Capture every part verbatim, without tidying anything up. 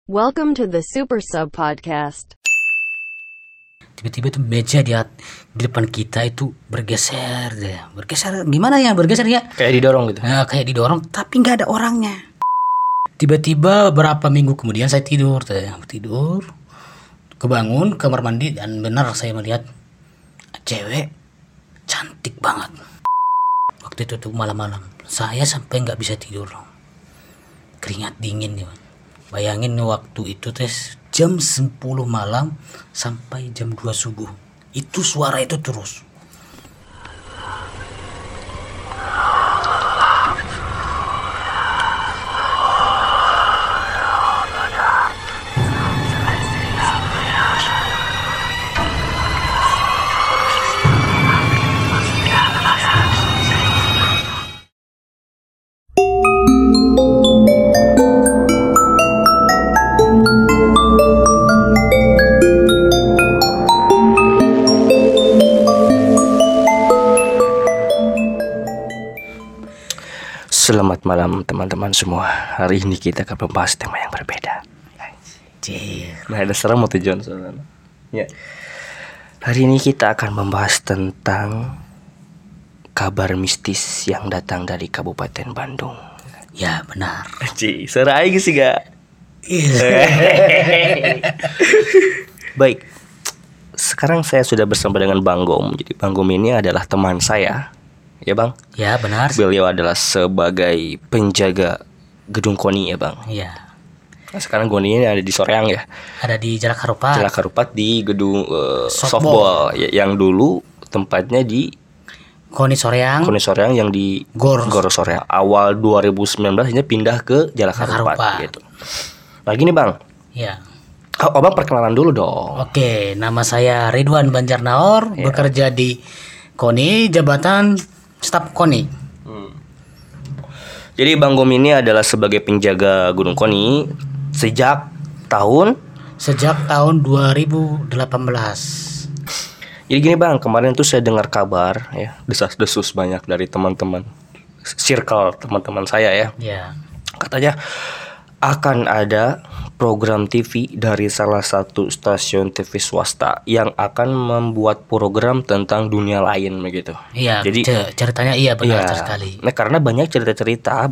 Welcome to the Super Sub Podcast. Tiba-tiba tuh meja di, di depan kita itu bergeser deh. Bergeser gimana ya bergeser ya? Kayak didorong gitu. Nah, kayak didorong tapi nggak ada orangnya. Tiba-tiba berapa minggu kemudian saya tidur deh. Tidur. Kebangun kamar mandi dan benar saya melihat cewek cantik banget. Waktu itu tuh malam-malam saya sampai nggak bisa tidur. Keringat dingin nih. Bayangin waktu itu tes jam sepuluh malam sampai jam dua subuh. Itu suara itu terus. Selamat malam teman-teman semua. Hari ini kita akan membahas tema yang berbeda. Anjir. Nah, ada serem tuh John soalnya. Ya. Hari ini kita akan membahas tentang kabar mistis yang datang dari Kabupaten Bandung. Ya benar. Ci, serai sih gak? Baik. Sekarang saya sudah bersama dengan Bang Gom. Jadi Bang Gom ini adalah teman saya. Ya Bang? Ya benar. Beliau adalah sebagai penjaga gedung KONI ya Bang? Iya. Nah, sekarang KONI ini ada di Soreang ya? Ada di Jalak Harupat. Jalak Harupat di gedung uh, Softball. softball ya, yang dulu tempatnya di KONI Soreang. KONI Soreang yang di Gor. Gor Soreang. Awal dua ribu sembilan belas ini pindah ke Jalak Jalak Harupat Harupat. gitu. Nah gini Bang, Ya. oh, Abang perkenalan dulu dong. Oke, nama saya Ridwan Banjarnaor, Ya. bekerja di KONI, jabatan staf KONI. Hmm. Jadi Bang Gom ini adalah sebagai penjaga Gunung KONI sejak tahun Sejak tahun dua ribu delapan belas. Jadi gini Bang, kemarin tuh saya dengar kabar ya, desas-desus banyak dari teman-teman circle teman-teman saya ya. Ya. Katanya akan ada program T V dari salah satu stasiun T V swasta yang akan membuat program tentang dunia lain begitu. Iya, Jadi ce- ceritanya iya benar iya, sekali. Nah, karena banyak cerita-cerita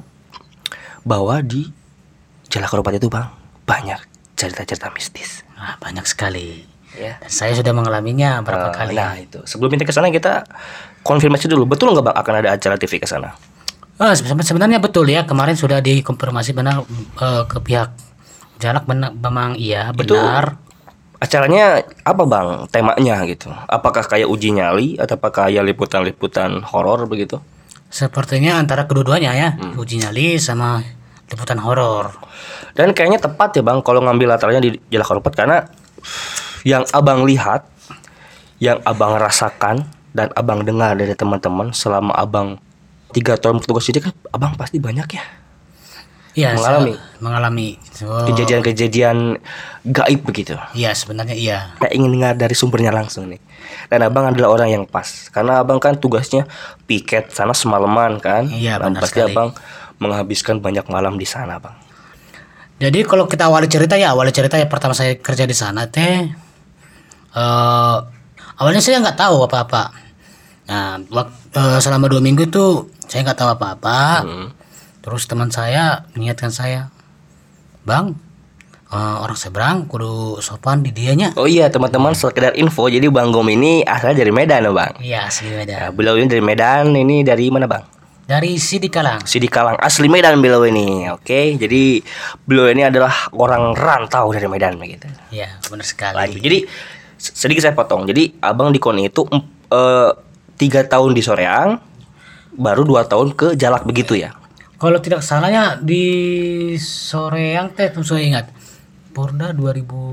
bahwa di Jalak Harupat itu Bang, banyak cerita-cerita mistis. Nah, banyak sekali. Ya. Dan saya sudah mengalaminya berapa Uh, kali. Nah itu sebelum kita ke sana kita konfirmasi dulu, betul nggak Bang akan ada acara T V ke sana? Oh, sebenarnya betul ya, kemarin sudah dikonfirmasi benar eh, ke pihak Jalak, benar memang iya Itu benar. acaranya apa Bang? Temanya gitu. Apakah kayak uji nyali atau apakah kayak liputan-liputan horor begitu? Sepertinya antara kedua-duanya ya, hmm. uji nyali sama liputan horor. Dan kayaknya tepat ya Bang kalau ngambil latarnya di Jalak Harupat karena yang Abang lihat, yang Abang rasakan dan Abang dengar dari teman-teman selama Abang tiga tahun bertugas ini kan Abang pasti banyak ya Iya, mengalami so, mengalami so, kejadian-kejadian gaib begitu. Iya, sebenarnya iya. Saya ingin dengar dari sumbernya langsung nih. Dan Abang adalah orang yang pas karena Abang kan tugasnya piket sana semalaman kan. Iya, Dan benar pasti sekali. Abang menghabiskan banyak malam di sana Bang. Jadi kalau kita awali cerita ya, awali cerita ya pertama saya kerja di sana teh. Uh, awalnya saya nggak tahu apa-apa. Nah, wak- uh, selama dua minggu tuh saya nggak tahu apa-apa. Hmm. Terus teman saya mengingatkan saya, Bang, uh, orang seberang kudu sopan di dianya. Oh iya teman-teman, sekedar info, jadi Bang Gom ini asalnya dari Medan loh Bang. Iya, asli Nah, Medan. beliau ini dari Medan, ini dari mana Bang? Dari Sidikalang. Sidikalang, asli Medan beliau ini. Oke, jadi beliau ini adalah orang rantau dari Medan begitu. Iya, benar sekali. Lanjut. Jadi sedikit saya potong. Jadi Abang di KONI itu eh, tiga tahun di Soreang, baru dua tahun ke Jalak begitu ya. Kalau tidak salahnya di Soreang teh tuh saya ingat Porda dua ribu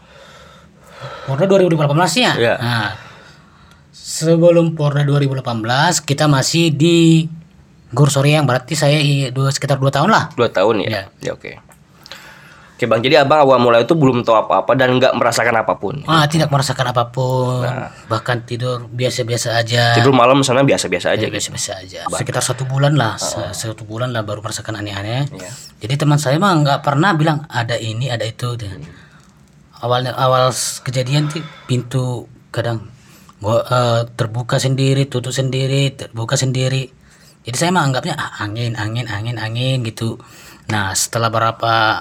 Porda dua ribu delapan belas ya. Iya. Nah, sebelum Porda dua ribu delapan belas kita masih di Gor Soreang, berarti saya i- dua, sekitar dua tahun lah. Dua tahun ya. Iya. Ya oke. Oke bang, jadi abang awal mulai itu belum tahu apa-apa dan nggak merasakan apapun. Ah, tidak merasakan apapun. Nah. Bahkan tidur biasa-biasa aja. Tidur malam sana biasa-biasa aja. Ya, biasa-biasa aja. Bang. Sekitar satu bulan lah, oh. satu bulan lah baru merasakan aneh-aneh. Yeah. Jadi teman saya mah nggak pernah bilang ada ini, ada itu. Hmm. Awalnya awal kejadian tuh pintu kadang gua, uh, terbuka sendiri, tutup sendiri, terbuka sendiri. Jadi saya mah anggapnya ah, angin, angin, angin, angin gitu. Nah setelah berapa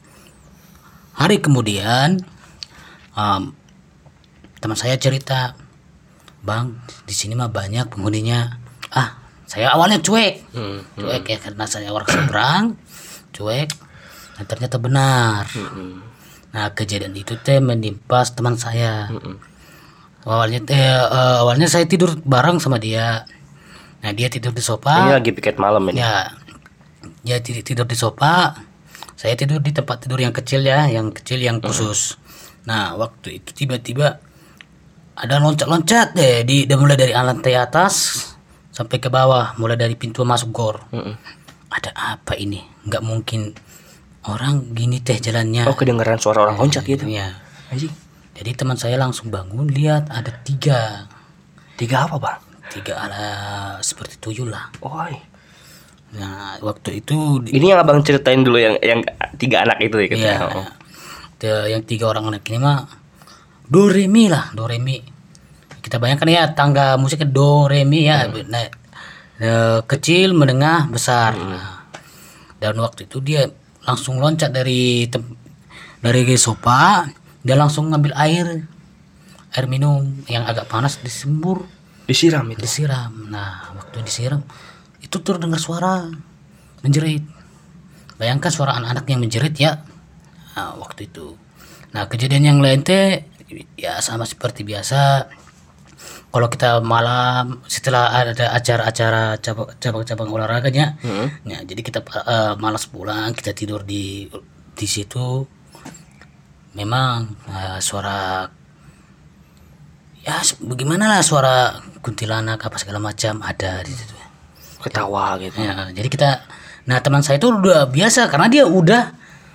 hari kemudian um, teman saya cerita, bang di sini mah banyak penghuninya. Ah saya awalnya cuek, hmm, cuek hmm. ya karena saya orang seberang, cuek. Dan ternyata benar. Hmm. Nah kejadian itu teh menimpa teman saya. Hmm. Awalnya teh uh, awalnya saya tidur bareng sama dia. Nah dia tidur di sofa. Ini lagi piket malam ini. Ya, dia tidur di sofa. Saya tidur di tempat tidur yang kecil ya, yang kecil yang khusus. Mm-hmm. Nah, waktu itu tiba-tiba ada loncat-loncat deh, di mulai dari lantai atas sampai ke bawah, mulai dari pintu masuk gor. Mm-hmm. Ada apa ini? Nggak mungkin orang gini teh jalannya. Oh, kedengaran suara orang loncat gitu. Iya. Jadi teman saya langsung bangun, lihat ada tiga. Tiga apa, Bang? Tiga ala seperti tuyul lah. Oh. Nah waktu itu ini yang abang ceritain dulu yang yang tiga anak itu ya gitu. Iya, oh. Yang tiga orang anak ini mah do re mi lah, do re mi. Kita bayangkan ya tangga musiknya do re mi ya, hmm. nah, nah, kecil, menengah, besar. Hmm. Nah, dan waktu itu dia langsung loncat dari tem- dari sofa, dia langsung ngambil air air minum yang agak panas, disembur, disiram itu. Disiram. Nah waktu disiram itu terdengar suara menjerit. Bayangkan suara anak-anak yang menjerit ya. Nah, waktu itu. Nah kejadian yang lain teh ya sama seperti biasa. Kalau kita malam setelah ada acara-acara cabang-cabang olahraganya, hmm. ya jadi kita uh, malas pulang, kita tidur di di situ. Memang uh, suara ya bagaimana lah, suara kuntilanak apa segala macam ada di situ. Ketawa gitu. Ya, jadi kita, nah teman saya itu udah biasa karena dia udah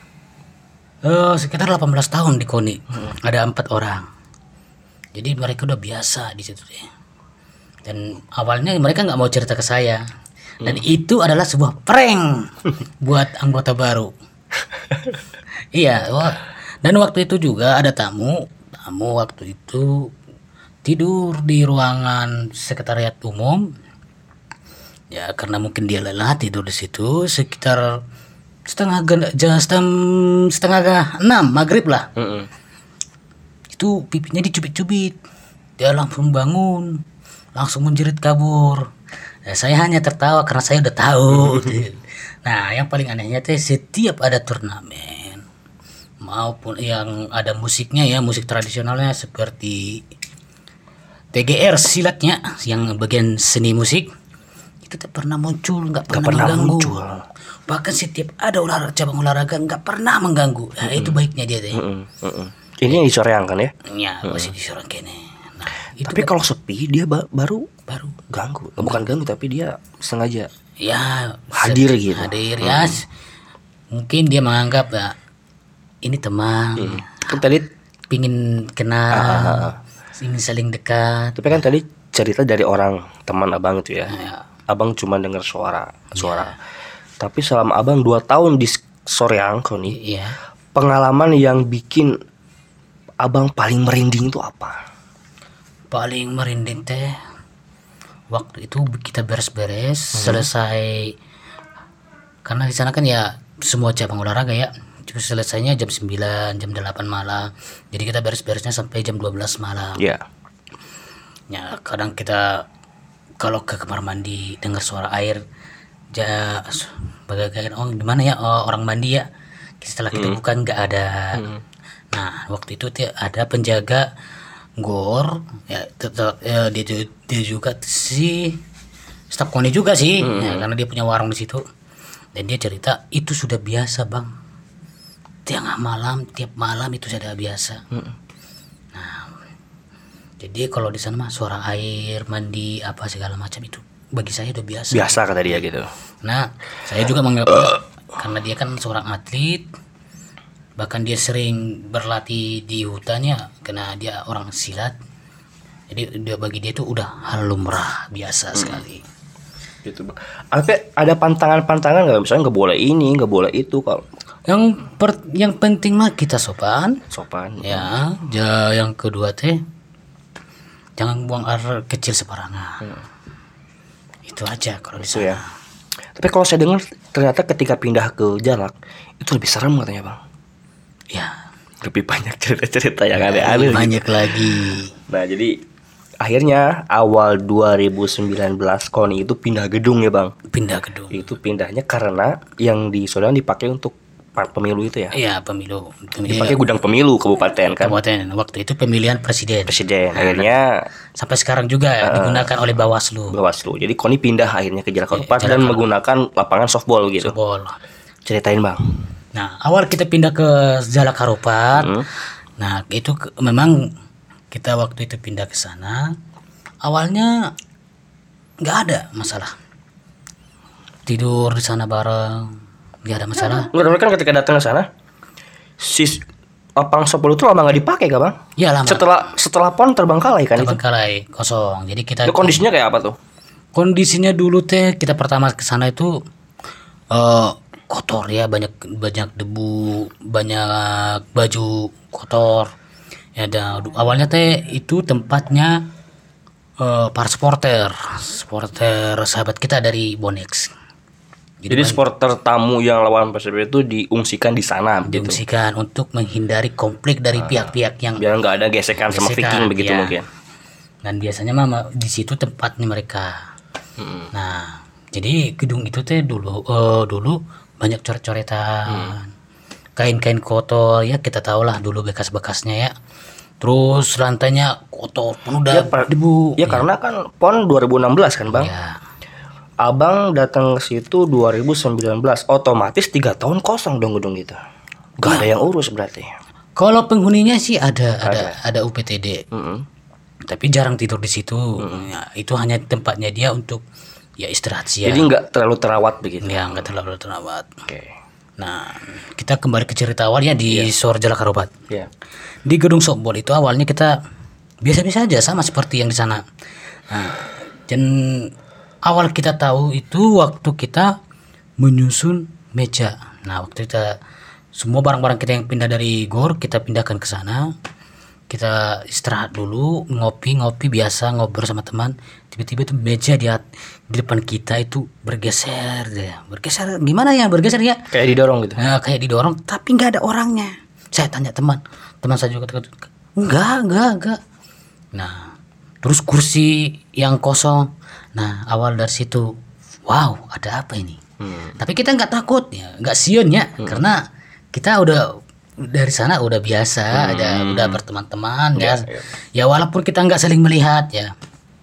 uh, sekitar delapan belas tahun di KONI. Hmm. Ada empat orang. Jadi mereka udah biasa di situ deh. Dan awalnya mereka nggak mau cerita ke saya. Dan hmm. itu adalah sebuah prank buat anggota baru. Iya. Wah. Dan waktu itu juga ada tamu, tamu waktu itu tidur di ruangan sekretariat umum. Ya karena mungkin dia lelah tidur di situ sekitar setengah jam setengah, setengah enam maghrib lah. Mm-hmm. Itu pipinya dicubit-cubit, dia langsung bangun, langsung menjerit kabur. Ya, saya hanya tertawa karena saya udah tahu. Nah yang paling anehnya teh setiap ada turnamen maupun yang ada musiknya ya, musik tradisionalnya seperti T G R silatnya yang bagian seni musik. Tidak pernah muncul, nggak pernah, pernah mengganggu. Muncul. Bahkan setiap ada olahraga cabang olahraga nggak pernah mengganggu. Nah, mm-hmm. itu baiknya dia deh. Mm-hmm. Mm-hmm. Ini yang disoreangkan ya? Ya, masih mm-hmm. disoreangkan. Nah, tapi kalau sepi dia ba- baru baru ganggu. Bukan ganggu, ganggu tapi dia sengaja. Ya, hadir se- gitu. Hadir ya. Mm-hmm. Mungkin dia menganggap ya ini teman. Mm. Kan tadi pingin kenal, ah, ingin saling dekat. Tapi kan tadi cerita dari orang teman abang itu ya. ya. Abang cuma dengar suara, suara. Yeah. Tapi selama abang dua tahun di Soreangko nih, yeah. pengalaman yang bikin abang paling merinding itu apa? Paling merinding teh, waktu itu kita beres-beres, hmm. selesai. Karena di sana kan ya semua cabang olahraga ya, cuma selesainya jam sembilan, jam delapan malam. Jadi kita beres-beresnya sampai jam dua belas malam. Iya. Yeah. Ya kadang kita kalau ke kamar mandi dengar suara air, ja, bagaikan oh gimana ya, oh, orang mandi ya. Setelah kita hmm. bukan nggak ada. Hmm. Nah waktu itu t- ada penjaga gor, ya tetap ya, dia, dia juga si staf KONI juga sih, hmm. ya, karena dia punya warung di situ. Dan dia cerita itu sudah biasa bang, tiap malam tiap malam itu sudah biasa. Hmm. Jadi kalau di sana mah suara air, mandi, apa segala macam itu bagi saya udah biasa. Biasa kata dia gitu. Nah, saya juga menganggap karena dia kan seorang atlet, Bahkan dia sering berlatih di hutannya karena dia orang silat. Jadi dia bagi dia itu udah hal lumrah biasa hmm. sekali. Gitu bang. Tapi ada pantangan-pantangan nggak? Misalnya nggak boleh ini, nggak boleh itu kalau. Yang per, yang penting mah kita sopan. Sopan. Ya. Ja, yang kedua teh jangan buang air kecil sembarangan. Hmm. Itu aja kalau di sana. Ya. Tapi kalau saya dengar ternyata ketika pindah ke Jalak itu lebih serem katanya bang. Ya. Lebih banyak cerita-cerita yang aneh-aneh. Banyak gitu. Lagi. Nah jadi akhirnya awal dua ribu sembilan belas Koni itu pindah gedung ya bang. Pindah gedung. Itu pindahnya karena yang di Sodan dipakai untuk pemilu itu ya. Iya pemilu. Dipakai gudang pemilu kabupaten kan. Kabupaten. Waktu itu pemilihan presiden. Presiden. Akhirnya sampai sekarang juga uh, digunakan oleh Bawaslu. Bawaslu. Jadi Koni pindah akhirnya ke Jalak Harupat dan menggunakan lapangan softball gitu. Softball. Ceritain bang. Nah awal kita pindah ke Jalak Harupat. Hmm. Nah itu ke, memang kita waktu itu pindah ke sana. Awalnya nggak ada masalah. Tidur di sana bareng. Nggak ada masalah. Enggak, kan ketika datang ke sana, si lapang softball itu lama nggak dipakai kan bang? Iya lama. Setelah setelah pon terbengkalai kan? Terbengkalai, kosong. Jadi kita. Itu kondisinya kayak apa tuh? Kondisinya dulu teh kita pertama ke sana itu uh, kotor ya, banyak banyak debu, banyak baju kotor. Ya ada awalnya teh itu tempatnya uh, para supporter, supporter sahabat kita dari Bonex. Jadi kan, supporter tamu yang lawan Persib itu diungsikan di sana. Diungsikan gitu. Untuk menghindari konflik dari pihak-pihak yang biar nggak ada gesekan, gesekan sama Viking begitu ya. Mungkin. Dan biasanya mah di situ tempatnya mereka. Hmm. Nah, jadi gedung itu teh dulu uh, dulu banyak coret-coretan, hmm. kain-kain kotor ya kita tahu lah dulu bekas-bekasnya ya. Terus lantainya kotor penuh ya, debu. Ya, ya karena kan pon dua ribu enam belas kan bang. Ya. Abang datang ke situ dua ribu sembilan belas, otomatis tiga tahun kosong dong gedung itu. Gak ya. Ada yang urus berarti. Kalau penghuninya sih ada, ada, ada, ada U P T D. Mm-hmm. Tapi jarang tidur di situ. Mm-hmm. Ya, itu hanya tempatnya dia untuk ya istirahat siang. Jadi nggak terlalu terawat begitu. Ya, nggak terlalu terawat. Oke. Okay. Nah, kita kembali ke cerita awalnya di yeah. Sor Jalak Harupat. Yeah. Di gedung softball itu awalnya kita biasa-biasa aja sama seperti yang di sana. Nah, dan awal kita tahu itu waktu kita menyusun meja. Nah, waktu kita semua barang-barang kita yang pindah dari gor kita pindahkan ke sana. Kita istirahat dulu, ngopi-ngopi biasa ngobrol sama teman. Tiba-tiba tuh meja di, di depan kita itu bergeser ya. Bergeser gimana ya? Bergeser ya? Kayak didorong gitu. Nah, kayak didorong tapi nggak ada orangnya. Saya tanya teman, teman saya juga kata, enggak, enggak, enggak. Nah, terus kursi yang kosong. Nah awal dari situ, wow ada apa ini? Hmm. Tapi kita nggak takut ya, nggak sion ya, hmm. karena kita udah dari sana udah biasa, hmm. ada udah berteman-teman ya, ya. Ya walaupun kita nggak saling melihat ya,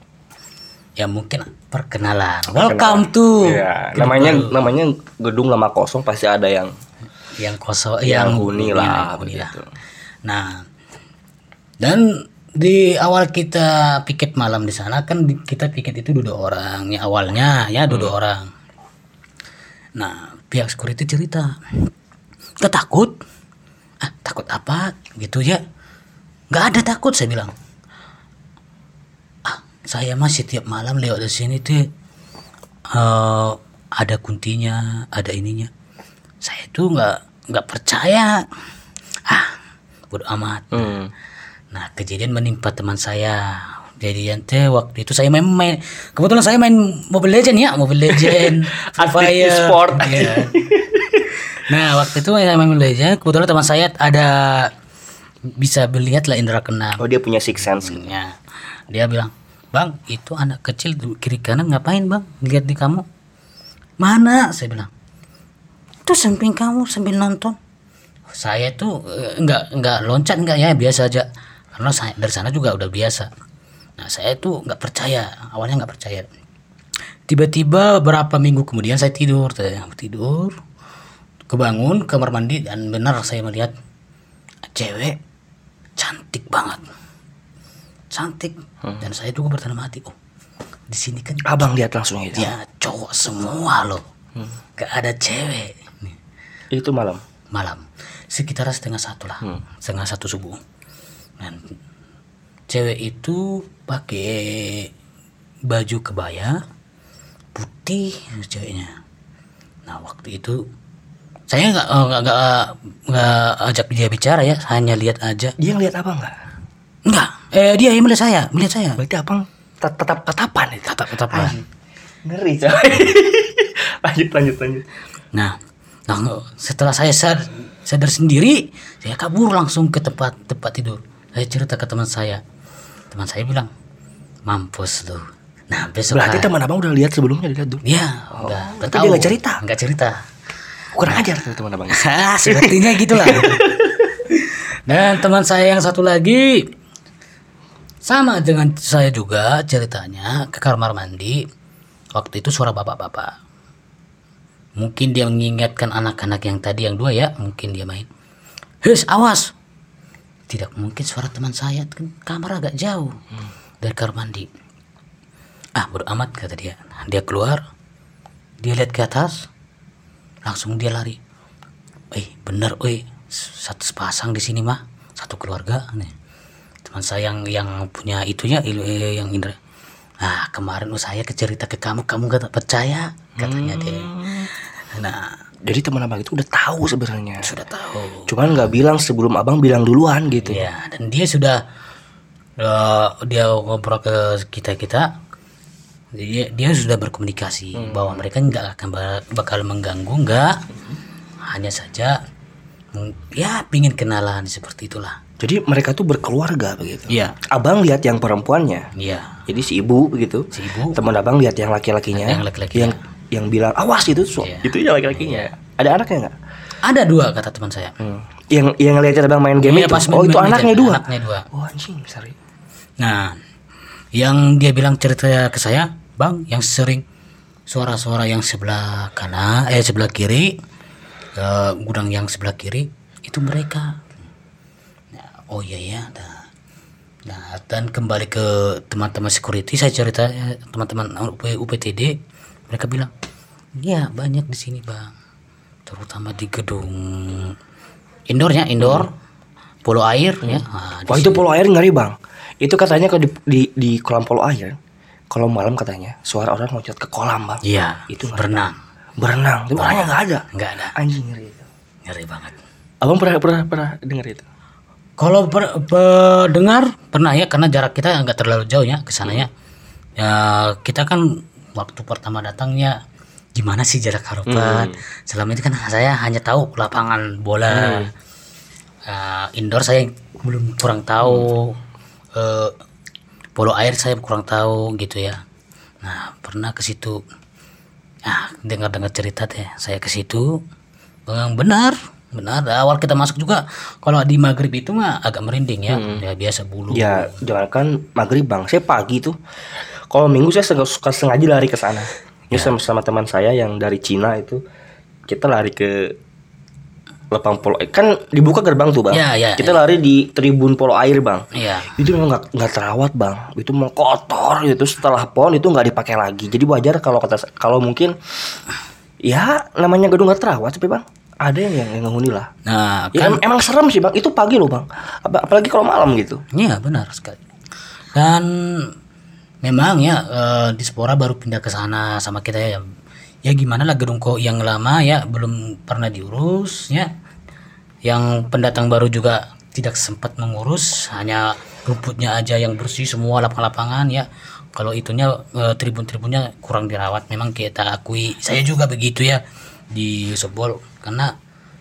ya mungkin perkenalan. perkenalan. Welcome to. Ya, namanya baru. namanya gedung lama kosong pasti ada yang yang kosong, yang, yang huni lah begitu. Nah dan di awal kita piket malam di sana kan kita piket itu dua orang ya awalnya ya dua hmm. orang. Nah pihak security cerita, kita takut, ah takut apa gitu ya? Nggak ada takut saya bilang. Ah saya masih tiap malam lewat di sini tuh uh, ada kuntinya, ada ininya. Saya tuh nggak nggak percaya. Ah bodo amat. Hmm. Nah kejadian menimpa teman saya. Kejadian teh waktu itu saya main, main kebetulan saya main Mobile Legend ya, Mobile Legend, Free Fire, sport. Ya. Nah waktu itu saya main Mobile Legend, kebetulan teman saya ada bisa melihat lah indera keenam. Oh dia punya six sense. Ya. Dia bilang, bang itu anak kecil kiri kanan ngapain bang? Lihat di kamu. Mana? Saya bilang, itu samping kamu sambil nonton. Saya tuh enggak enggak loncat enggak ya biasa aja. Karena saya dari sana juga udah biasa. Nah saya tuh nggak percaya, awalnya nggak percaya. Tiba-tiba berapa minggu kemudian saya tidur, saya tidur, kebangun kamar mandi dan benar saya melihat cewek cantik banget, cantik. Hmm. Dan saya juga bertanam hati, oh di sini kan abang lihat langsung itu. Ya cowok semua loh, hmm. gak ada cewek. Itu malam. malam, sekitar setengah satu lah, Hmm. setengah satu subuh. Dan cewek itu pakai baju kebaya putih ceweknya. Nah waktu itu saya nggak nggak nggak nggak ajak dia bicara ya, hanya lihat aja. Dia ngeliat apa enggak? Enggak, eh dia yang melihat saya, melihat saya. Berarti abang tet- tetap tatapan itu. Tatap tatapan. Ngeri coy. lanjut lanjut lanjut. Nah, nah setelah saya sadar, sadar sendiri, saya kabur langsung ke tempat tempat tidur. Saya cerita ke teman saya. Teman saya bilang, mampus lu. Nah besok Berarti hari- teman abang udah lihat sebelumnya dilihat dulu. Iya, udah, udah tapi dia nggak cerita? Nggak cerita. Kurang ajar tuh teman abang. Ah, sepertinya gitulah. Dan teman saya yang satu lagi sama dengan saya juga ceritanya ke kamar mandi. Waktu itu suara bapak-bapak. Mungkin dia mengingatkan anak-anak yang tadi yang dua ya, mungkin dia main. Hus, awas. Tidak mungkin suara teman saya, kan kamar agak jauh dari kamar mandi. Ah, bodo amat kata dia. Dia keluar, dia lihat ke atas, langsung dia lari. Eh, bener, oi, satu sepasang di sini mah, satu keluarga nih. Teman saya yang yang punya itunya, eh, yang Indra. Ah, kemarin oh, saya cerita ke kamu, kamu gak percaya, katanya Hmm. dia. Nah, Jadi teman abang itu udah tahu sebenarnya. sudah tahu. Cuman nggak bilang sebelum abang bilang duluan gitu. Ya, dan dia sudah uh, dia ngobrol ke kita kita. Dia, dia sudah berkomunikasi Hmm. bahwa mereka nggak akan ba- bakal mengganggu, nggak. Hanya saja, mm, ya pingin kenalan seperti itulah. Jadi mereka tuh berkeluarga begitu. Iya. Abang lihat yang perempuannya. Iya. Jadi si ibu begitu. Si ibu. Teman abang lihat yang laki-lakinya. Yang laki-lakinya. Yang yang bilang awas itu so, Iya. itu ya laki-lakinya. Ada anaknya nggak? Ada dua kata teman saya. Hmm. Yang yang ngeliatin abang main game Iya, itu. pas Oh main- itu main anaknya game, dua. anaknya dua. Oh anjing sorry. Nah, yang dia bilang cerita ke saya, bang, yang sering suara-suara yang sebelah kanan, eh sebelah kiri, eh, gudang yang sebelah kiri itu mereka. Nah, oh iya ya. Nah, nah, dan kembali ke teman-teman security, saya cerita eh, teman-teman U P T D, mereka bilang, ya banyak di sini bang, terutama di gedung indoornya, indoor, polo air ya. Nah, di Wah itu sini. polo air ngeri bang. Itu katanya kalau di, di di kolam polo air, kalau malam katanya suara orang loncat ke kolam bang. Iya, Itu ngeri. berenang. Berenang, tapi orangnya nggak ada. Nggak ada. Anjing ngeri itu. Ngeri banget. Abang pernah pernah pernah dengar itu? Kalau per, pe- dengar pernah ya, karena jarak kita nggak terlalu jauh ya ke sananya. Ya kita kan waktu pertama datangnya gimana sih jarak Harupat. Selama itu kan saya hanya tahu lapangan bola. Uh, indoor saya belum kurang tahu. Uh, polo air saya kurang tahu gitu ya. Nah, pernah ke situ. Nah, dengar-dengar cerita teh, saya ke situ. Bang, benar, benar. Awal kita masuk juga, kalau di maghrib itu mah agak merinding ya, ya biasa bulu. Ya jangankan maghrib bang, saya pagi tuh. Kalau minggu saya seng- suka sengaja lari ke sana. Ini sama sama teman saya yang dari Cina itu, kita lari ke lapang polo. Kan dibuka gerbang tuh bang. Ya, ya, kita lari di tribun polo air bang. Iya. Itu memang nggak nggak terawat bang. Itu mau kotor gitu. Setelah pon itu nggak dipakai lagi. Jadi wajar kalau kata kalau mungkin ya namanya gedung nggak terawat tapi bang. Ada yang yang, yang ngehuni lah. Nah, Ya, kan, em- emang serem sih bang. Itu pagi loh bang. Ap- apalagi kalau malam gitu. iya benar sekali. Dan memang ya eh, Dispora baru pindah ke sana sama kita ya. Ya gimana lah, gedung kok yang lama ya belum pernah diurus ya. Yang pendatang baru juga tidak sempat mengurus, hanya rumputnya aja yang bersih semua, lapang-lapangan ya. Kalau itunya eh, tribun-tribunnya kurang dirawat, memang kita akui. Saya juga begitu ya di Sobol, karena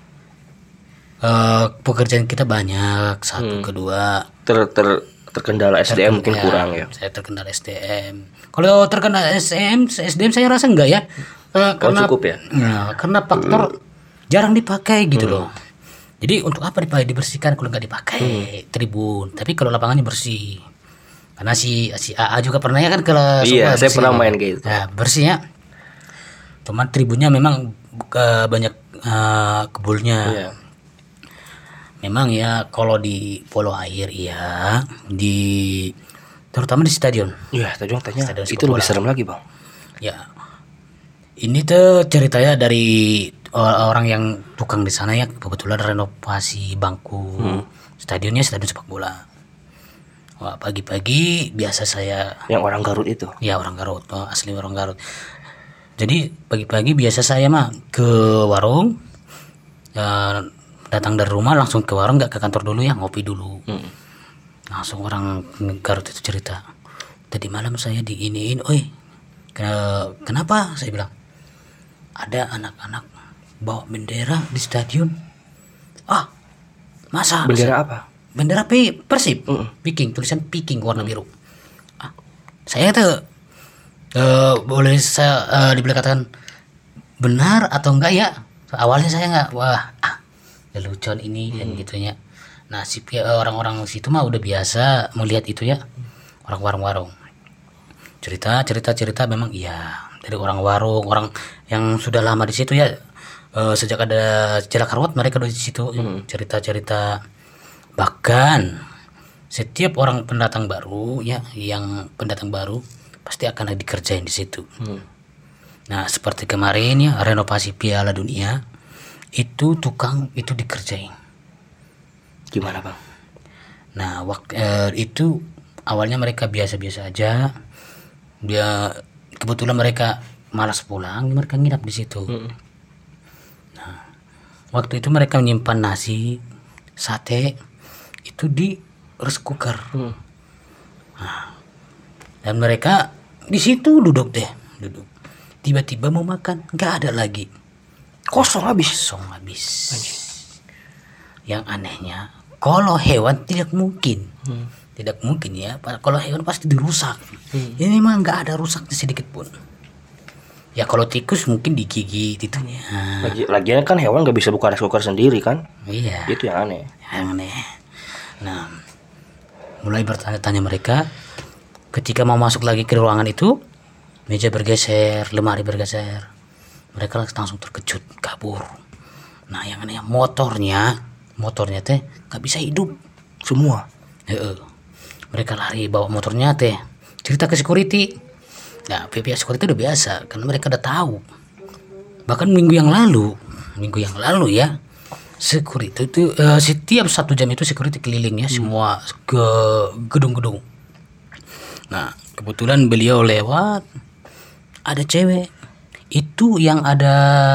eh, pekerjaan kita banyak, satu kedua Ter, ter, terkendala S D M mungkin ya, kurang ya. saya terkendala S D M. Kalau terkendala S D M, S D M saya rasa enggak ya. Eh, karena cukup ya? Nah, karena faktor jarang dipakai gitu loh. Jadi untuk apa dipakai, dibersihkan kalau nggak dipakai tribun. Tapi kalau lapangannya bersih. Karena si si A A juga pernah ya kan kalau Iya, semua saya bersih. pernah main kayak gitu. Nah, bersih ya. Cuman tribunnya memang eh, banyak eh, kebulnya. Iya. Memang ya kalau di polo air ya, di terutama di stadion. Iya, tadi yang tanya Stadion itu sepak lebih bola. serem lagi bang. Ya. Ini tuh ceritanya dari orang yang tukang di sana ya, kebetulan renovasi bangku hmm. stadionnya stadion sepak bola. Wah, pagi-pagi biasa saya yang orang Garut itu. Ya, orang Garut, oh, asli orang Garut. Jadi pagi-pagi biasa saya mah ke warung, uh, datang dari rumah langsung ke warung, nggak ke kantor dulu ya, ngopi dulu. Hmm. Langsung orang Garut itu cerita, tadi malam saya diiniin, oi, kenapa? Saya bilang, ada anak-anak bawa bendera di stadion. Ah, masa? Bendera saya, apa? Bendera P Persib, mm. Viking, tulisan Viking warna biru. Ah, saya tuh uh, boleh saya uh, dibilang katakan benar atau enggak ya? Awalnya saya enggak, wah, ah, lelucon ini mm. dan gitunya. Nah, si orang-orang situ mah udah biasa melihat itu ya, orang warung-warung. Cerita, cerita, cerita memang iya dari orang warung, orang yang sudah lama di situ ya. Uh, sejak ada Jelak Harwat mereka di situ mm. cerita-cerita. Bahkan setiap orang pendatang baru ya, yang pendatang baru pasti akan dikerjain di situ. Hmm. Nah, seperti kemarin ya renovasi Piala Dunia itu tukang itu dikerjain. Gimana, Bang? Nah, waktu eh, itu awalnya mereka biasa-biasa aja. Dia kebetulan mereka malas pulang, mereka nginap di situ. Hmm. Nah, waktu itu mereka menyimpan nasi, sate itu di rice cooker. Hmm. Nah, dan mereka di situ duduk deh, duduk. Tiba-tiba mau makan, nggak ada lagi. Kosong habis. Kosong habis. Anjir. Yang anehnya, kalau hewan tidak mungkin, hmm. tidak mungkin ya. Kalau hewan pasti dirusak. Hmm. Ini mah nggak ada rusak sedikit pun. Ya kalau tikus mungkin digigit itunya. Lagi, lagian kan hewan nggak bisa buka rice cooker sendiri kan? Iya. Itu yang aneh. Yang aneh. Nah, mulai bertanya-tanya mereka. Ketika mau masuk lagi ke ruangan itu, meja bergeser, lemari bergeser. Mereka langsung terkejut, kabur. Nah, yang aneh motornya, motornya teh nggak bisa hidup semua. E-e. Mereka lari bawa motornya teh, cerita ke security. Nah, pihak security udah biasa, karena mereka udah tahu. Bahkan minggu yang lalu, minggu yang lalu ya. Security itu uh, setiap satu jam itu security keliling ya hmm. semua ke gedung-gedung. Nah, kebetulan beliau lewat, ada cewek itu yang ada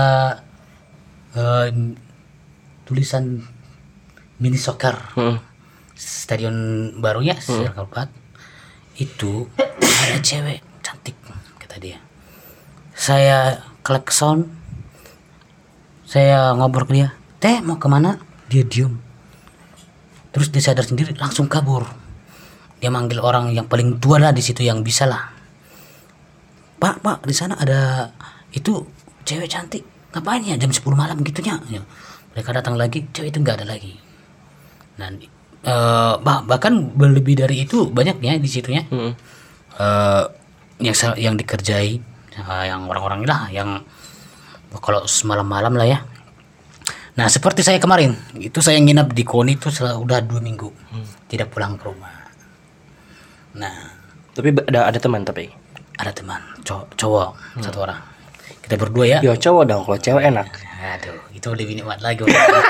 uh, tulisan mini soccer hmm. stadion barunya hmm. Circle Park. Itu ada cewek cantik kata dia. Saya klakson, saya ngobrol ke dia. Teh mau kemana? Dia diem. Terus dia sadar sendiri langsung kabur. Dia manggil orang yang paling tua lah di situ yang bisa lah. Pak, pak di sana ada itu cewek cantik. Ngapain ya jam sepuluh malam gitunya? Ya. Mereka datang lagi, cewek itu nggak ada lagi. Nah, uh, bah, bahkan lebih dari itu banyak ya di situnya. Hmm. Uh, yang yang dikerjai, uh, yang orang-orang lah, yang kalau malam-malam lah ya. Nah, seperti saya kemarin, itu saya nginap di Koni itu sudah dua minggu, hmm. tidak pulang ke rumah. Nah, tapi ada ada teman tapi ada teman cowok, cowok hmm. satu orang. Kita berdua ya. Ya cowok dong, kalau cewek enak. Aduh, itu lebih nikmat lagi.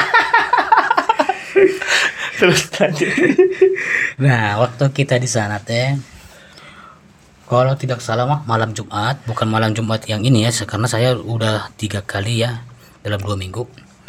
Terus lanjut. Nah, waktu kita di sana teh, kalau tidak salah mah malam Jumat, bukan malam Jumat yang ini ya, karena saya udah tiga kali ya dalam dua minggu.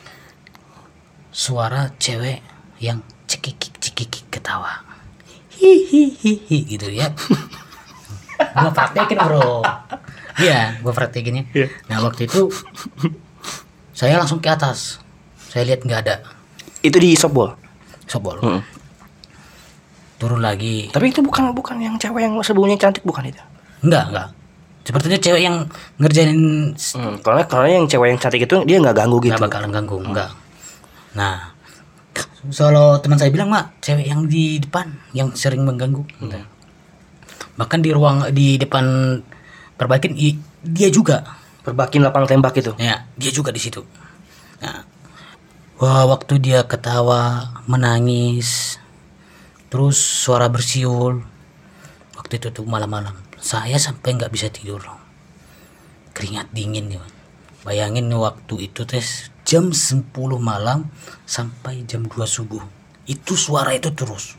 Suara cewek yang cekikik cekikik ketawa, hihihihi gitu ya. Gua praktekin bro, iya gua praktekinnya. Yeah. Nah waktu itu saya langsung ke atas, saya lihat nggak ada. Itu di softball. Softball. Hmm. Turun lagi. Tapi itu bukan bukan yang cewek yang sebelumnya cantik bukan itu? Enggak enggak. Sepertinya cewek yang ngerjain. Hmm, karena karena yang cewek yang cantik itu dia nggak ganggu gitu. Nggak bakalan ganggu, hmm. enggak. Nah, kalau teman saya bilang mak, cewek yang di depan yang sering mengganggu. Hmm. Bahkan di ruang di depan perbaikin dia juga. Perbakin lapang tembak itu. Ya, dia juga di situ. Nah, wah, waktu dia ketawa, menangis, terus suara bersiul. Waktu itu tuh malam-malam, saya sampai nggak bisa tidur, keringat dingin ya. Bayangin waktu itu tes jam sepuluh malam sampai jam dua subuh. Itu suara itu terus.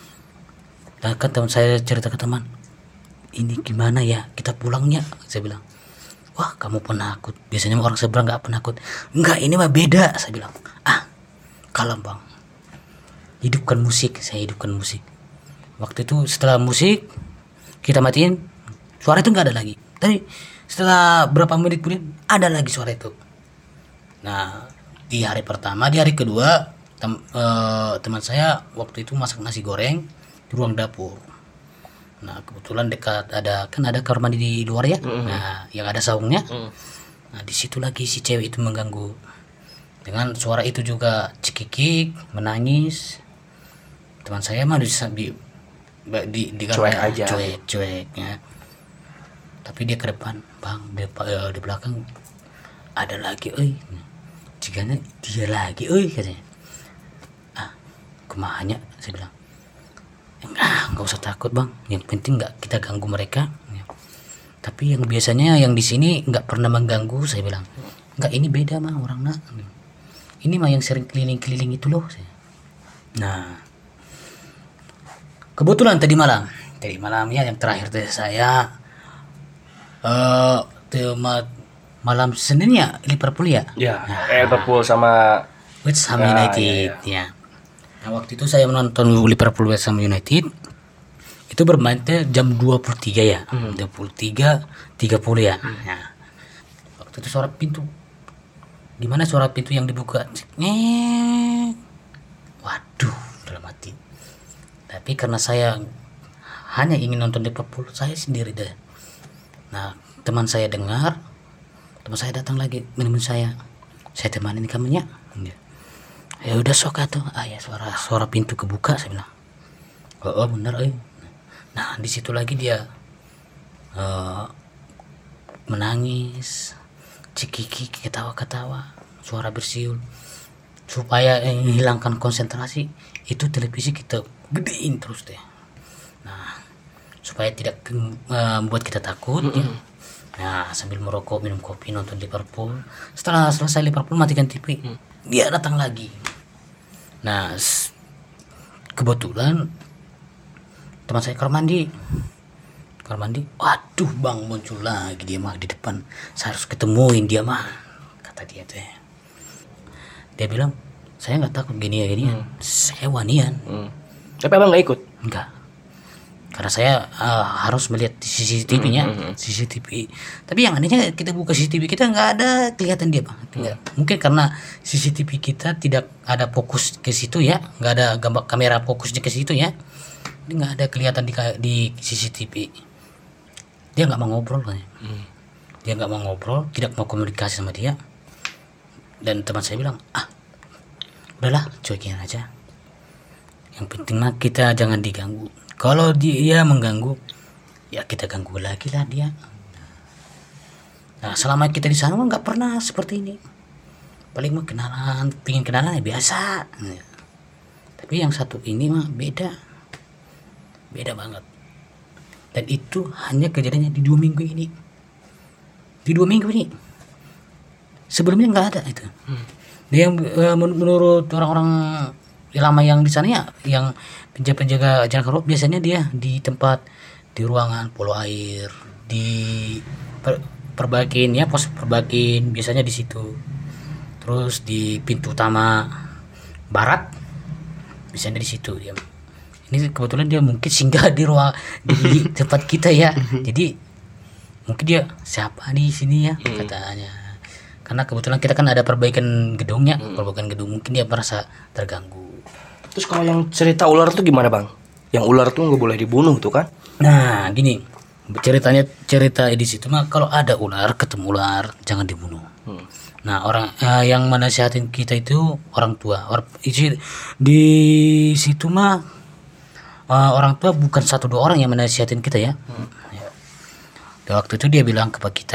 Dan kan teman saya cerita ke teman, ini gimana ya, kita pulangnya. Saya bilang, wah kamu penakut. Biasanya orang seberang gak penakut. Enggak, ini mah beda. Saya bilang, ah kalem bang, hidupkan musik. Saya hidupkan musik. Waktu itu setelah musik kita matiin, suara itu gak ada lagi. Tapi setelah berapa menit kemudian ada lagi suara itu. Nah di hari pertama, di hari kedua tem, eh, teman saya waktu itu masak nasi goreng di ruang dapur. Nah kebetulan dekat ada kan ada kamar mandi di luar ya. Mm-hmm. Nah yang ada saungnya. Mm. Nah di situ lagi si cewek itu mengganggu dengan suara itu juga, cekikik, menangis. Teman saya mah di di di, di cuek aja, cuek cuek ya. Tapi dia ke depan, bang, di, uh, di belakang ada lagi, oi, jiganya dia lagi, oi, katanya. Ah, kemahanya, saya bilang, ah, nggak usah takut bang, yang penting nggak kita ganggu mereka. Ya. Tapi yang biasanya yang di sini nggak pernah mengganggu, saya bilang, nggak, ini beda mah orang nak, ini mah yang sering keliling-keliling itu loh. Saya. Nah, kebetulan tadi malam, tadi malamnya yang terakhir dari saya. Uh, tema malam Seninnya Liverpool ya? Ya, nah, Liverpool sama West Ham nah, United ya, ya. ya. Nah waktu itu saya menonton Liverpool West Ham United. Itu bermain jam dua puluh tiga ya, hmm. dua puluh tiga tiga puluh ya. Hmm. Nah, waktu itu suara pintu. Gimana suara pintu yang dibuka? Nyet. Waduh, dalam hati. Tapi karena saya hanya ingin nonton Liverpool, saya sendiri deh. Nah teman saya dengar, teman saya datang lagi menemui saya, saya temanin kamu nya. Ya udah sok atuh, ah ya suara suara pintu kebuka, saya bilang. Oh, oh bener, eh. Nah di situ lagi dia uh, menangis, cikiki, ketawa-ketawa, suara bersiul. Supaya menghilangkan konsentrasi, itu televisi kita gedein terus deh. Nah supaya tidak uh, membuat kita takut. Mm-hmm. Ya. Nah sambil merokok, minum kopi, nonton Liverpool. Setelah selesai Liverpool matikan T V, mm. dia datang lagi. Nah kebetulan teman saya kamar mandi kamar mandi waduh bang, muncul lagi dia mah di depan. Saya harus ketemuin dia mah, kata dia tuh. Dia bilang, saya nggak takut gini ya gini, mm. saya wanian. Mm. Tapi abang nggak ikut? Enggak. Karena saya uh, harus melihat C C T V-nya, mm-hmm. C C T V. Tapi yang anehnya kita buka C C T V kita nggak ada kelihatan dia bang. Mm. Mungkin karena C C T V kita tidak ada fokus ke situ ya, nggak ada gambar kamera fokusnya ke situ ya, nggak ada kelihatan di di C C T V. Dia nggak mau ngobrol kan? Mm. Dia nggak mau ngobrol, tidak mau komunikasi sama dia. Dan teman saya bilang, ah, udahlah, cuekin aja. Yang penting mah kita jangan diganggu. Kalau dia mengganggu, ya kita ganggu lagi lah dia. Nah selama kita di sana nggak pernah seperti ini. Paling mah kenalan, pingin kenalan ya biasa. Ya. Tapi yang satu ini mah beda, beda banget. Dan itu hanya kejadiannya di dua minggu ini. Di dua minggu ini. Sebelumnya nggak ada itu. Hmm. Dia uh, menurut orang-orang lama yang di sana ya, yang penjaga-penjaga jalan keluar, biasanya dia di tempat, di ruangan polo air, di per, perbakin ya, pos perbakin biasanya di situ. Terus di pintu utama barat biasanya di situ dia. Ini kebetulan dia mungkin singgah di ruang di tempat kita ya. Jadi mungkin dia siapa di sini ya katanya. Karena kebetulan kita kan ada perbaikan gedungnya, perbaikan gedung, mungkin dia merasa terganggu. Terus kalau yang cerita ular tuh gimana bang? Yang ular tuh nggak boleh dibunuh tuh kan? Nah gini, ceritanya cerita di situ mah kalau ada ular, ketemu ular jangan dibunuh. Hmm. Nah orang eh, yang menasihatin kita itu orang tua. Or, isi, di situ mah eh, orang tua bukan satu dua orang yang menasihatin kita ya. Hmm. Ya. Di waktu itu dia bilang kepada kita,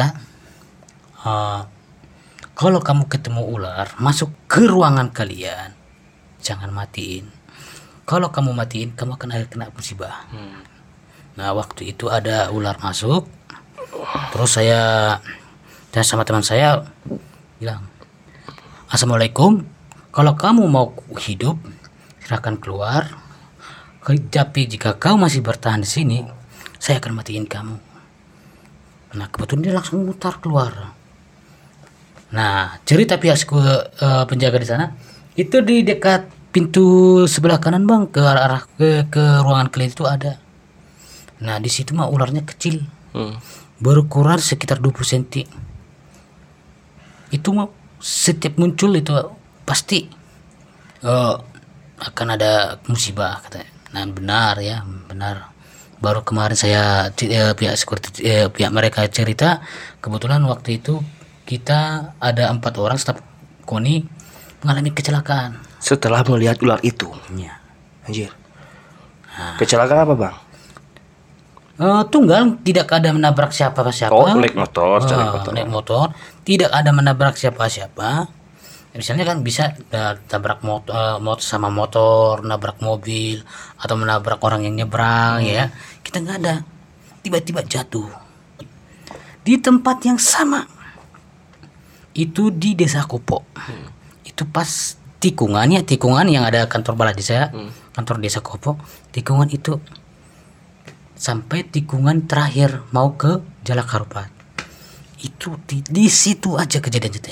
eh, kalau kamu ketemu ular, masuk ke ruangan kalian, jangan matiin. Kalau kamu matiin, kamu akan kena musibah. Hmm. Nah waktu itu ada ular masuk, terus saya dan sama teman saya bilang, assalamualaikum, kalau kamu mau hidup silakan keluar, tapi jika kau masih bertahan di sini saya akan matiin kamu. Nah kebetulan dia langsung mutar keluar. Nah cerita pihak uh, penjaga di sana itu di dekat pintu sebelah kanan bang, ke arah ke, ke ruangan klinik itu ada. Nah di situ mah ularnya kecil, hmm. berukuran sekitar dua puluh sentimeter. Itu mah setiap muncul itu pasti uh, akan ada musibah katanya. Nah benar ya, benar. Baru kemarin saya eh, pihak security eh, pihak mereka cerita, kebetulan waktu itu kita ada empat orang staf KONI mengalami kecelakaan setelah melihat ular itu. Ya. Anjir. Nah. Kecelakaan apa bang? Uh, tunggal, tidak ada menabrak siapa-siapa. Oh, naik motor, uh, naik motor. Naik motor, tidak ada menabrak siapa-siapa. Misalnya kan bisa uh, tabrak motor, uh, motor sama motor, nabrak mobil, atau menabrak orang yang nyebrang, hmm. ya. Kita nggak ada. Tiba-tiba jatuh di tempat yang sama. Itu di Desa Kopo. Hmm. Itu pas tikungannya, tikungan yang ada kantor balai desa, hmm. kantor Desa Kopo. Tikungan itu sampai tikungan terakhir mau ke Jalak Harupat. Itu di, di situ aja kejadian itu.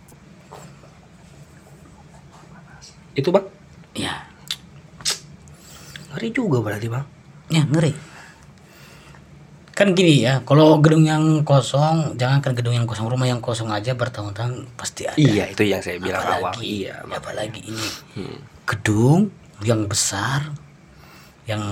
Itu bang? Ya. Ngeri juga berarti bang. Ya ngeri. Kan gini ya, kalau gedung yang kosong, jangankan gedung yang kosong, rumah yang kosong aja bertahun-tahun pasti ada. Iya itu yang saya bilang apalagi, awal. Iya. Apalagi ini hmm. gedung yang besar, yang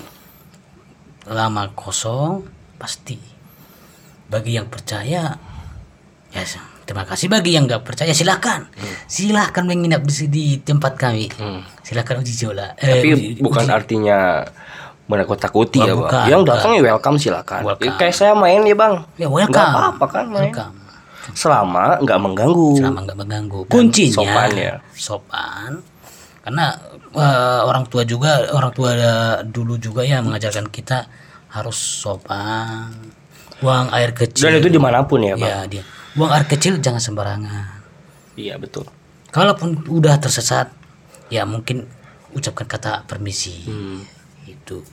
lama kosong, pasti. Bagi yang percaya, ya terima kasih. Bagi yang nggak percaya silakan, hmm. silakan menginap di, di tempat kami. Hmm. Silakan uji coba. Eh, Tapi uji, bukan uji. artinya menakut-takuti ya bukan, bang. Yang datang ya welcome silakan. Welcome. Kayak saya main ya bang. Ya welcome. Gak apa-apa kan main. Welcome. Selama nggak mengganggu. Selama nggak mengganggu. Kuncinya sopan ya. Sopan. Karena uh, orang tua juga, orang tua dulu juga ya mengajarkan kita harus sopan. Buang air kecil. Dan itu dimanapun ya bang. Ya, dia. Buang air kecil jangan sembarangan. Iya betul. Kalaupun udah tersesat, ya mungkin ucapkan kata permisi. Hmm. Itu.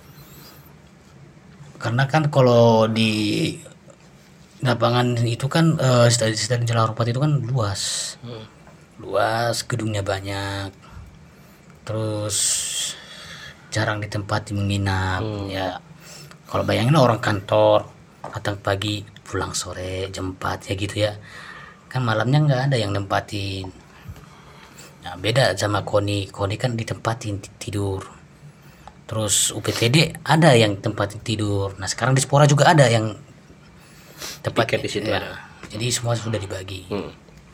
Karena kan kalau di lapangan itu kan uh, stadion Jalak Harupat itu kan luas. Hmm. Luas, gedungnya banyak. Terus jarang ditempati menginap. Hmm. Ya. Kalau bayangin orang kantor datang pagi pulang sore jam empat ya gitu ya, kan malamnya nggak ada yang nempatin. Nah beda sama KONI, KONI kan ditempatin tidur. Terus U P T D ada yang tempatin tidur. Nah sekarang di Spora juga ada yang tempat di situ ya. ada. Jadi semua sudah dibagi. Hmm.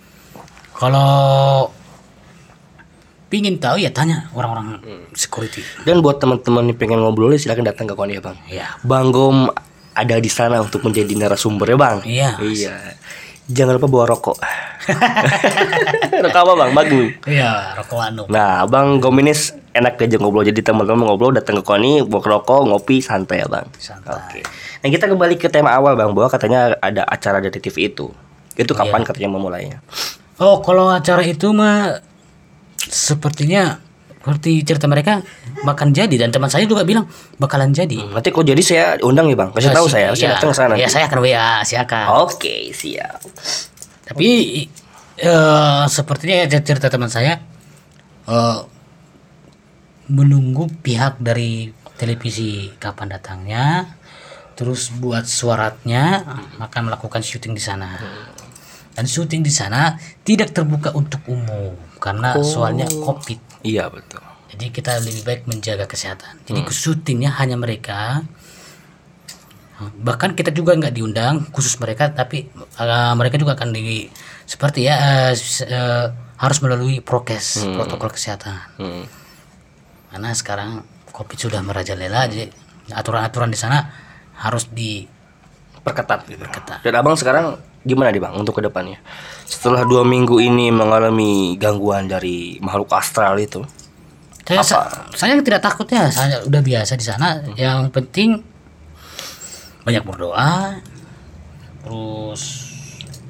Kalau pingin tahu ya tanya orang-orang hmm. security. Dan buat teman-teman yang pengen ngobrol silakan datang ke KONI ya bang. Iya. Bang Gom ada di sana untuk menjadi narasumber ya bang. Iya. Iya. Jangan lupa bawa rokok. Rokok apa bang? Bagus. Iya, rokok anu. Nah, Bang Gom ini enak aja ngobrol. Jadi teman-teman ngobrol datang ke KONI, bawa rokok, ngopi, santai ya bang. Santai. Oke. Nah kita kembali ke tema awal bang, bahwa katanya ada acara dari T V itu. Itu kapan iya. katanya memulainya? Oh, kalau acara itu mah sepertinya seperti cerita mereka bahkan jadi, dan teman saya juga bilang bakalan jadi. Hmm, nanti kalau jadi saya undang ya bang, kasih ya, tahu si, saya, ya, saya datang ke sana. Ya saya akan W A, silakan. Oke siap. Tapi uh, sepertinya cerita teman saya uh, menunggu pihak dari televisi kapan datangnya, terus buat suratnya, akan melakukan syuting di sana. Dan syuting di sana tidak terbuka untuk umum karena oh. soalnya COVID. Iya betul. Jadi kita lebih baik menjaga kesehatan. Jadi hmm. syutingnya hanya mereka. Bahkan kita juga nggak diundang khusus mereka, tapi uh, mereka juga akan di seperti ya uh, uh, harus melalui prokes hmm. protokol kesehatan. Hmm. Karena sekarang COVID sudah merajalela, jadi aturan-aturan di sana harus diperketat. Gitu. Dan abang sekarang gimana nih bang untuk kedepannya? Setelah dua minggu ini mengalami gangguan dari makhluk astral itu, saya, sa saya tidak takut ya, saya udah biasa di sana. Hmm. Yang penting banyak berdoa, terus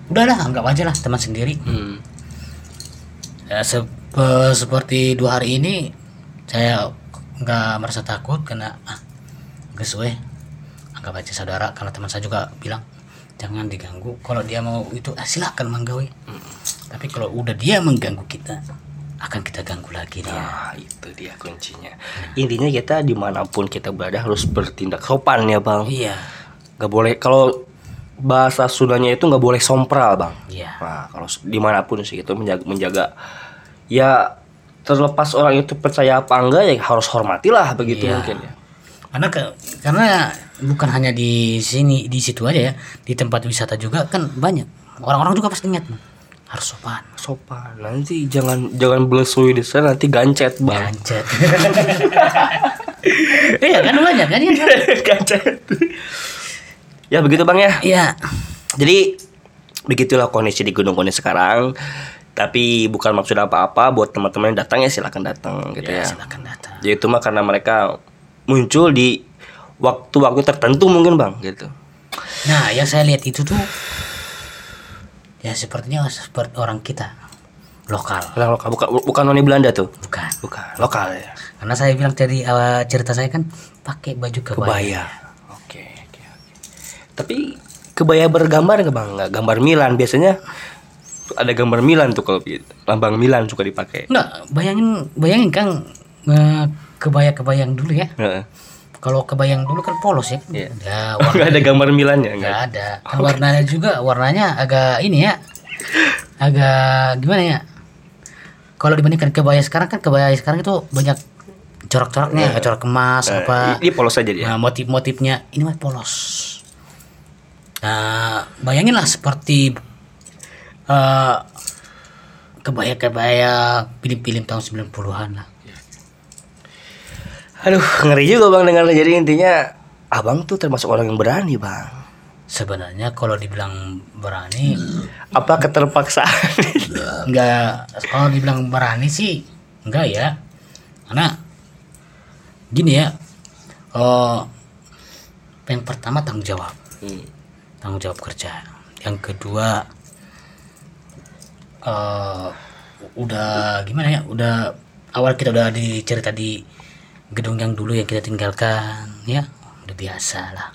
udahlah anggap aja lah teman sendiri. Hmm. Ya, se- pe- seperti dua hari ini saya nggak merasa takut karena ah geus weh, anggap aja saudara, karena teman saya juga bilang jangan diganggu, kalau dia mau itu ah, silakan manggawe. Hmm. Tapi kalau udah dia mengganggu kita akan kita ganggu lagi dia. Nah, itu dia kuncinya. Hmm. Intinya kita dimanapun kita berada harus bertindak sopan ya bang. Iya. Gak boleh, kalau bahasa Sundanya itu nggak boleh sompral bang. Iya. Nah kalau dimanapun sih itu menjaga, menjaga ya terlepas orang itu percaya apa enggak ya harus hormatilah begitu iya. mungkin ya. Karena ke, karena bukan hanya di sini di situ aja ya, di tempat wisata juga kan banyak orang-orang juga pasti ingat harus sopan. Sopan. Nanti jangan jangan belesui di sana, nanti gancet bang. Gancet. Iya kan banyak kan ya. Gancet. Ya begitu bang ya. Iya. Jadi begitulah kondisi di Gunung Kuning sekarang. Tapi bukan maksud apa-apa buat teman-teman yang datang ya silakan datang gitu ya. Ya silakan datang. Jadi itu mah karena mereka muncul di waktu-waktu tertentu mungkin bang gitu. Nah yang saya lihat itu tuh ya sepertinya seperti orang kita lokal. Orang lokal bukan bukan noni Belanda tuh. Bukan. Bukan lokal ya. Karena saya bilang dari awal cerita saya kan pakai baju kebaya. Kebaya. Oke oke oke. Tapi kebaya bergambar nggak bang? Nggak gambar Milan biasanya. Ada gambar Milan tuh kalau gitu. Lambang Milan suka dipakai. Enggak, bayangin bayangin Kang, eh, kebaya-kebaya yang dulu ya. Heeh. Kalau kebayang dulu kan polos ya. Iya. Ya, Oh, nggak ada gambar Milannya nggak nggak? ada. Kan warnanya juga warnanya agak ini ya. Agak gimana ya? Kalau dibandingkan kebaya sekarang kan kebaya sekarang itu banyak corak-coraknya, Iya. corak emas Eh, apa. Ini polos aja dia. Nah, motif-motifnya ini mah polos. Nah, bayanginlah seperti uh, kebaya-kebaya film-film tahun sembilan puluhan lah. Aduh, ngeri juga bang dengar. Jadi intinya abang tuh termasuk orang yang berani bang. Sebenarnya kalau dibilang berani, Apa keterpaksaan? enggak. Kalau dibilang berani sih enggak ya. Karena gini ya. Oh, yang pertama tanggung jawab. Hmm. Tanggung jawab kerja. Yang kedua uh, udah gimana ya? Udah awal kita udah dicerita di gedung yang dulu yang kita tinggalkan ya, udah biasa lah.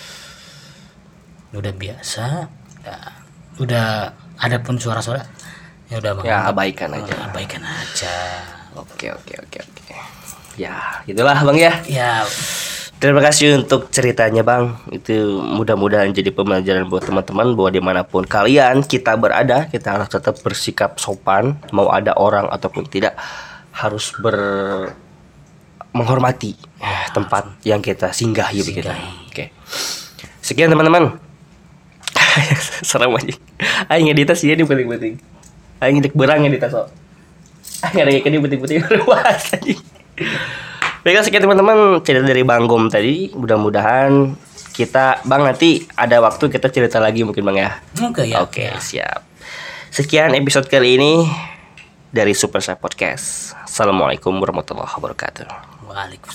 Udah biasa. Ya, udah ada pun suara-suara ya udah Ya menganggap, abaikan aja. uh, abaikan aja. Oke oke oke oke. Ya gitulah bang ya. Ya Terima kasih untuk ceritanya bang. Itu mudah-mudahan jadi pembelajaran buat teman-teman bahwa dimanapun kalian kita berada, kita harus tetap bersikap sopan. Mau ada orang ataupun tidak, harus ber menghormati ya, tempat yang kita singgahi begitu. Oke. Sekian teman-teman. Serem aja. Aing ngedita sih ini penting-penting. Aing ngedek berang ngedita so. Aing ada yang penting-penting ruas anjing. Baiklah sekian teman-teman cerita dari Bang Gom tadi. Mudah-mudahan kita Bang nanti ada waktu kita cerita lagi mungkin Bang ya. oke ya. Oke, siap. Sekian episode kali ini dari Super Chef Podcast. Assalamualaikum warahmatullahi wabarakatuh. Waalaikumsalam.